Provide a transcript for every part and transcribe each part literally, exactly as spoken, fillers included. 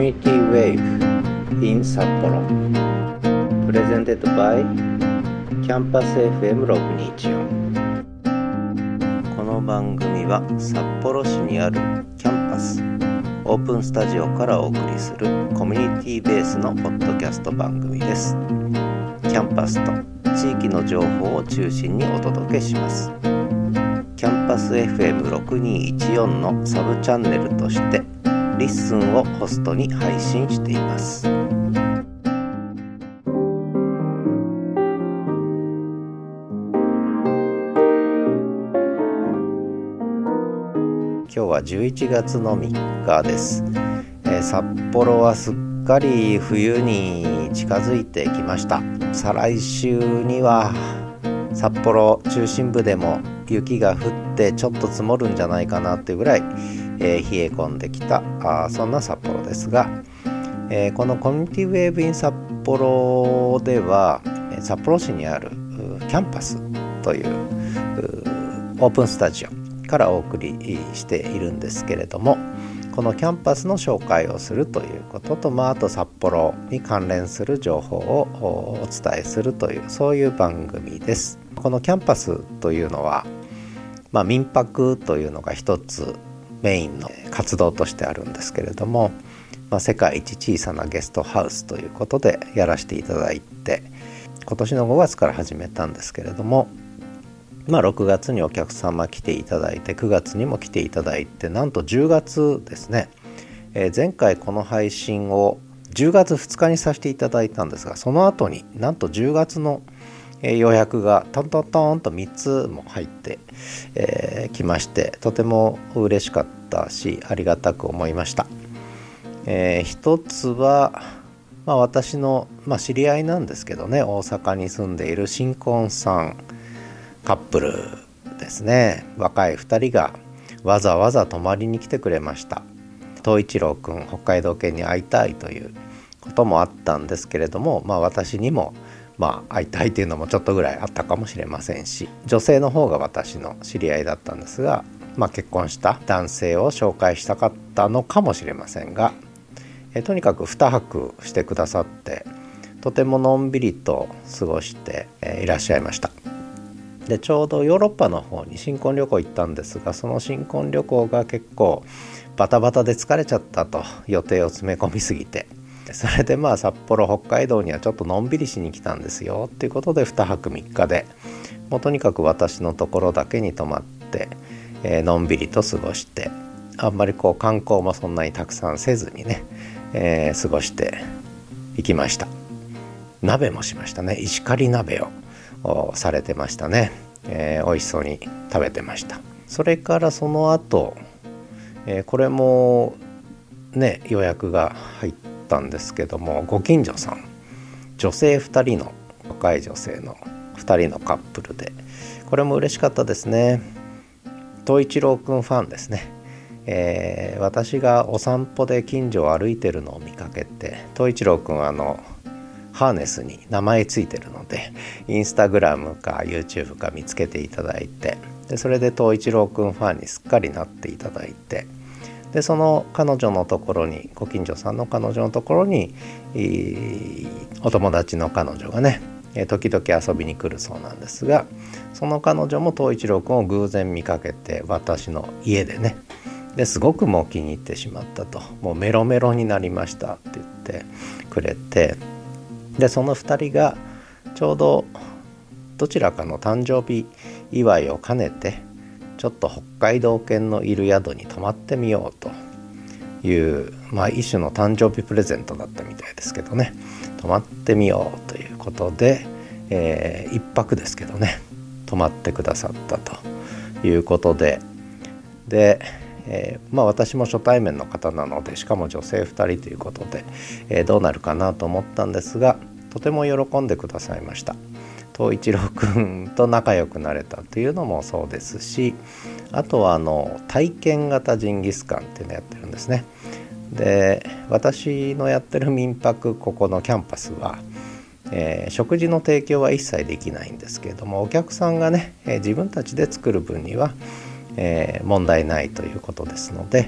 Community Wave in 札幌 Presented by キャンパス エフエムろくにいちよん。 この番組は札幌市にあるキャンパスオープンスタジオからお送りするコミュニティベースのポッドキャスト番組です。キャンパスと地域の情報を中心にお届けします。キャンパス エフエムろくにいちよん のサブチャンネルとしてリッスンをホストに配信しています。今日はじゅういちがつのみっかです。えー、札幌はすっかり冬に近づいてきました。再来週には札幌中心部でも雪が降ってちょっと積もるんじゃないかなっていうぐらい、えー、冷え込んできたあそんな札幌ですが、えー、このコミュニティウェーブイン札幌では札幌市にあるキャンパスというオープンスタジオからお送りしているんですけれども、このキャンパスの紹介をするということと、まあ、あと札幌に関連する情報をお伝えするというそういう番組です。このキャンパスというのは、まあ、民泊というのが一つメインの活動としてあるんですけれども、まあ、世界一小さなゲストハウスということでやらせていただいて、今年のごがつから始めたんですけれども、まあ、ろくがつにお客様来ていただいて、くがつにも来ていただいて、なんとじゅうがつですね、えー、前回この配信をじゅうがつふつかにさせていただいたんですが、その後になんとじゅうがつの予約がトントントンとみっつも入ってき、えー、まして、とても嬉しかったしありがたく思いました。えー、一つは、まあ、私の、まあ、知り合いなんですけどね、大阪に住んでいる新婚さんカップルですね。若いふたりがわざわざ泊まりに来てくれました。東一郎くん、北海道犬に会いたいということもあったんですけれども、まあ、私にもまあ会いたいというのもちょっとぐらいあったかもしれませんし、女性の方が私の知り合いだったんですが、まあ、結婚した男性を紹介したかったのかもしれませんが、えとにかくにはくしてくださって、とてものんびりと過ごして、えー、いらっしゃいました。でちょうどヨーロッパの方に新婚旅行行ったんですが、その新婚旅行が結構バタバタで疲れちゃったと、予定を詰め込みすぎて、それでまあ札幌北海道にはちょっとのんびりしに来たんですよっていうことでにはくみっかで、もうとにかく私のところだけに泊まって、えー、のんびりと過ごして、あんまりこう観光もそんなにたくさんせずにね、えー、過ごしていきました。鍋もしましたね。石狩鍋をされてましたね。えー、美味しそうに食べてました。それからその後、えー、これもね予約が入ったんですけども、ご近所さん、女性ふたりの若い女性のふたりのカップルで、これも嬉しかったですね。東一郎くんファンですね。えー、私がお散歩で近所を歩いてるのを見かけて、東一郎くんはあのハーネスに名前ついてるので、インスタグラムか YouTube か見つけていただいて、でそれで東一郎くんファンにすっかりなっていただいて、でその彼女のところに、ご近所さんの彼女のところにお友達の彼女がね時々遊びに来るそうなんですが、その彼女も東一郎くんを偶然見かけて、私の家でね、ですごくもう気に入ってしまったと、もうメロメロになりましたって言ってくれて、でそのふたりがちょうどどちらかの誕生日祝いを兼ねて、ちょっと北海道犬のいる宿に泊まってみようという、まあ、一種の誕生日プレゼントだったみたいですけどね、泊まってみようということで、えー、いっぱくですけどね泊まってくださったということで、でえーまあ、私も初対面の方なので、しかも女性ふたりということで、えー、どうなるかなと思ったんですが、とても喜んでくださいました。東一郎くんと仲良くなれたというのもそうですし、あとはあの体験型ジンギスカンっていうのをやってるんですね。で私のやってる民泊、ここのキャンパスは、えー、食事の提供は一切できないんですけれども、お客さんがね、えー、自分たちで作る分にはえー、問題ないということですので、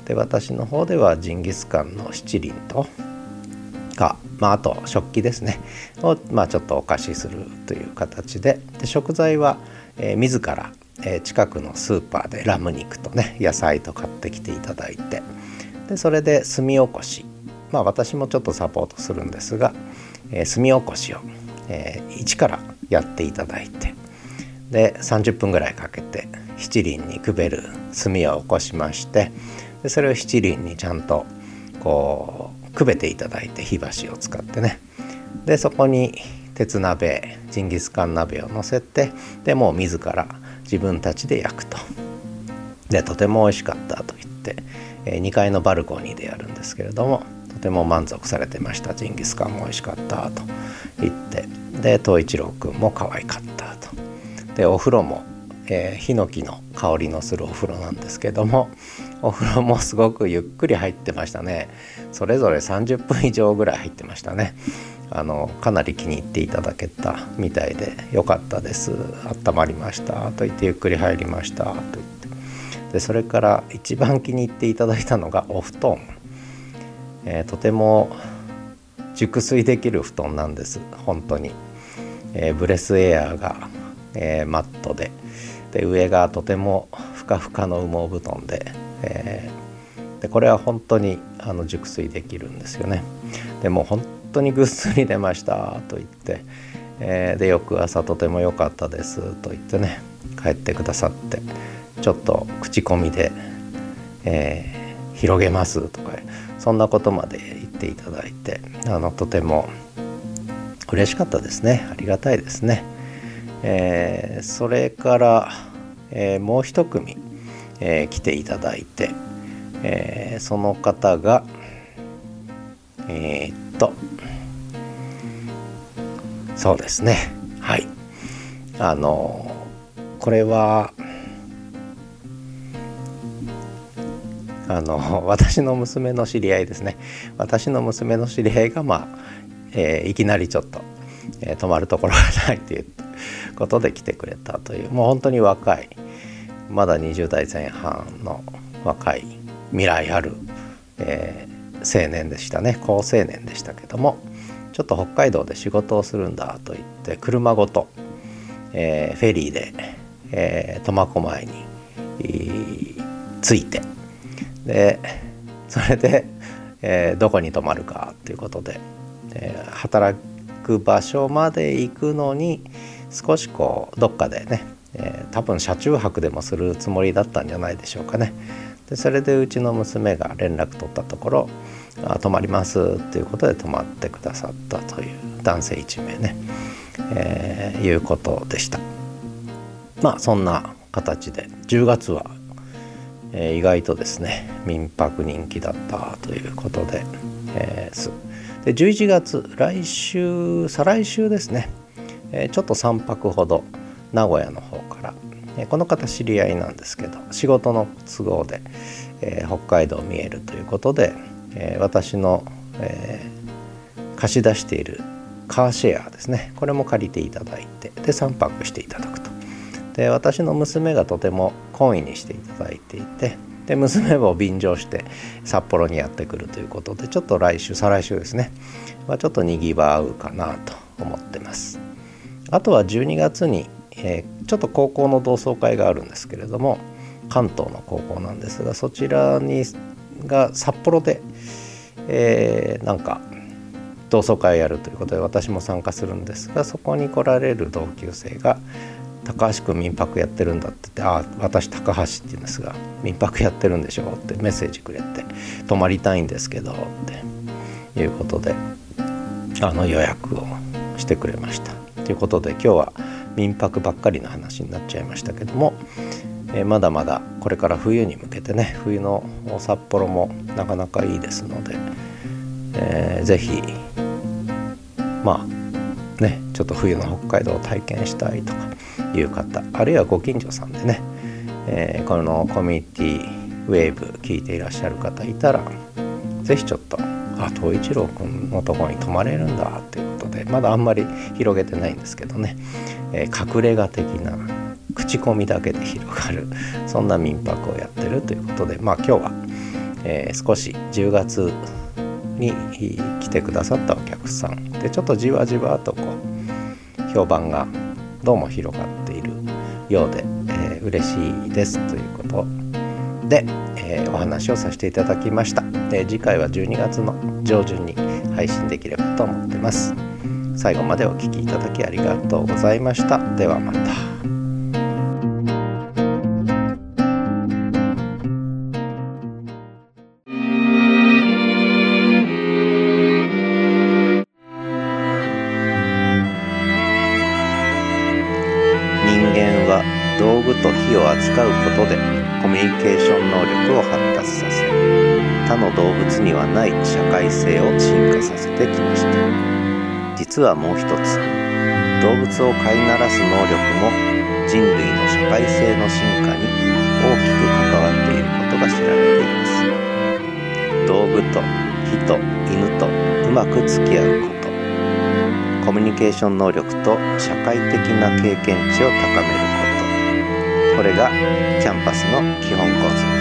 で私の方ではジンギスカンの七輪とか、まあ、あと食器ですねを、まあ、ちょっとお貸しするという形で、で食材は、えー、自ら、えー、近くのスーパーでラム肉とね野菜と買ってきていただいて、でそれで炭起こし、まあ私もちょっとサポートするんですが、えー、炭起こしを、えー、一からやっていただいて、でさんじゅっぷんぐらいかけて七輪にくべる炭を起こしまして、でそれを七輪にちゃんとこうくべていただいて、火箸を使ってね、でそこに鉄鍋ジンギスカン鍋を乗せて、でもう自ら自分たちで焼くと。でとても美味しかったと言って、えー、にかいのバルコニーでやるんですけれども、とても満足されてました。ジンギスカンも美味しかったと言って、で東一郎くんも可愛かったと。でお風呂も、えー、ヒノキの香りのするお風呂なんですけども、お風呂もすごくゆっくり入ってましたね。それぞれさんじゅっぷん以上ぐらい入ってましたね。あのかなり気に入っていただけたみたいで、よかったです、温まりましたと言って、ゆっくり入りましたと言って、でそれから一番気に入っていただいたのがお布団、えー、とても熟睡できる布団なんです。本当に、えー、ブレスエアーが、えー、マットで、で上がとてもふかふかの羽毛布団で、えー、でこれは本当にあの熟睡できるんですよね。でも本当にぐっすり出ましたと言って、えー、で翌朝とても良かったですと言ってね帰ってくださって、ちょっと口コミで、えー、広げますとかそんなことまで言っていただいて、あのとても嬉しかったですね。ありがたいですね。えー、それから、えー、もう一組、えー、来ていただいて、えー、その方がえー、っとそうですね、はいあのこれはあの私の娘の知り合いですね。私の娘の知り合いが、まあえー、いきなりちょっと、えー、泊まるところがないということで来てくれたという、もう本当に若い、まだにじゅうだいぜん半の若い未来ある、えー、青年でしたね。高青年でしたけども、ちょっと北海道で仕事をするんだと言って車ごと、えー、フェリーで、えー、苫小牧に、えー、着いて、でそれで、えー、どこに泊まるかということで、えー、働く場所まで行くのに少しこうどっかでね、えー、多分車中泊でもするつもりだったんじゃないでしょうかね。でそれでうちの娘が連絡取ったところ、あ泊まりますということで泊まってくださったという男性いちめいね、えー、いうことでした。まあそんな形でじゅうがつはえー、意外とですね民泊人気だったということで、えー、でじゅういちがつ来週再来週ですね、えー、ちょっとさんぱくほど名古屋の方から、えー、この方知り合いなんですけど仕事の都合で、えー、北海道見えるということで、えー、私の、えー、貸し出しているカーシェアですね、これも借りていただいて、でさんぱくしていただくと。で私の娘がとても懇意にしていただいていて、で娘を便乗して札幌にやってくるということで、ちょっと来週再来週ですね、まあ、ちょっとにぎわうかなと思ってます。あとはじゅうにがつに、えー、ちょっと高校の同窓会があるんですけれども、関東の高校なんですが、そちらにが札幌で、えー、なんか同窓会をやるということで私も参加するんですが、そこに来られる同級生が高橋くん民泊やってるんだって言って、ああ私高橋って言うんですが、民泊やってるんでしょってメッセージくれて、泊まりたいんですけどっていうことであの予約をしてくれましたということで、今日は民泊ばっかりの話になっちゃいましたけども、えー、まだまだこれから冬に向けてね、冬の札幌もなかなかいいですので、えー、ぜひまあねちょっと冬の北海道を体験したいとかいう方、あるいはご近所さんでね、えー、このコミュニティウェーブ聞いていらっしゃる方いたら、ぜひちょっとあ東一郎くんのところに泊まれるんだということで、まだあんまり広げてないんですけどね、えー、隠れ家的な口コミだけで広がるそんな民泊をやってるということで、まあ今日は、 えー、少しじゅうがつに来てくださったお客さんでちょっとじわじわとこう評判がどうも広がっているようで、えー、嬉しいですということで、えー、お話をさせていただきました。で次回はじゅうにがつの上旬に配信できればと思ってます。最後までお聞きいただきありがとうございました。ではまた。道具と火を扱うことでコミュニケーション能力を発達させ他の動物にはない社会性を進化させてきました。実はもう一つ動物を飼いならす能力も人類の社会性の進化に大きく関わっていることが知られています。道具と火と犬とうまく付き合うことコミュニケーション能力と社会的な経験値を高めることこれがキャンパスの基本コンセプト